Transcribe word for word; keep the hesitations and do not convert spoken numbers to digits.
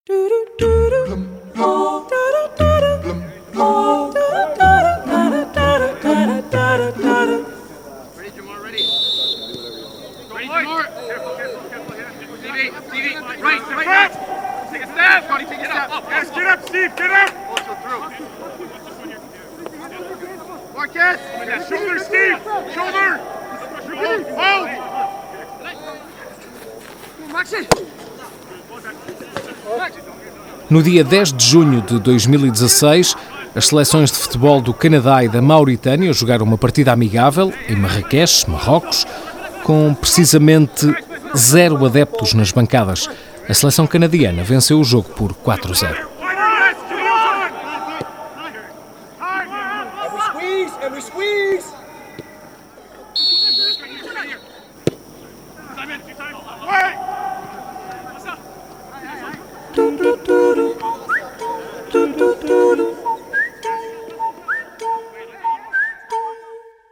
No dia dez de junho de dois mil e dezasseis, as seleções de futebol do Canadá e da Mauritânia jogaram uma partida amigável em Marrakech, Marrocos, com precisamente zero adeptos nas bancadas. A seleção canadiana venceu o jogo por quatro a zero.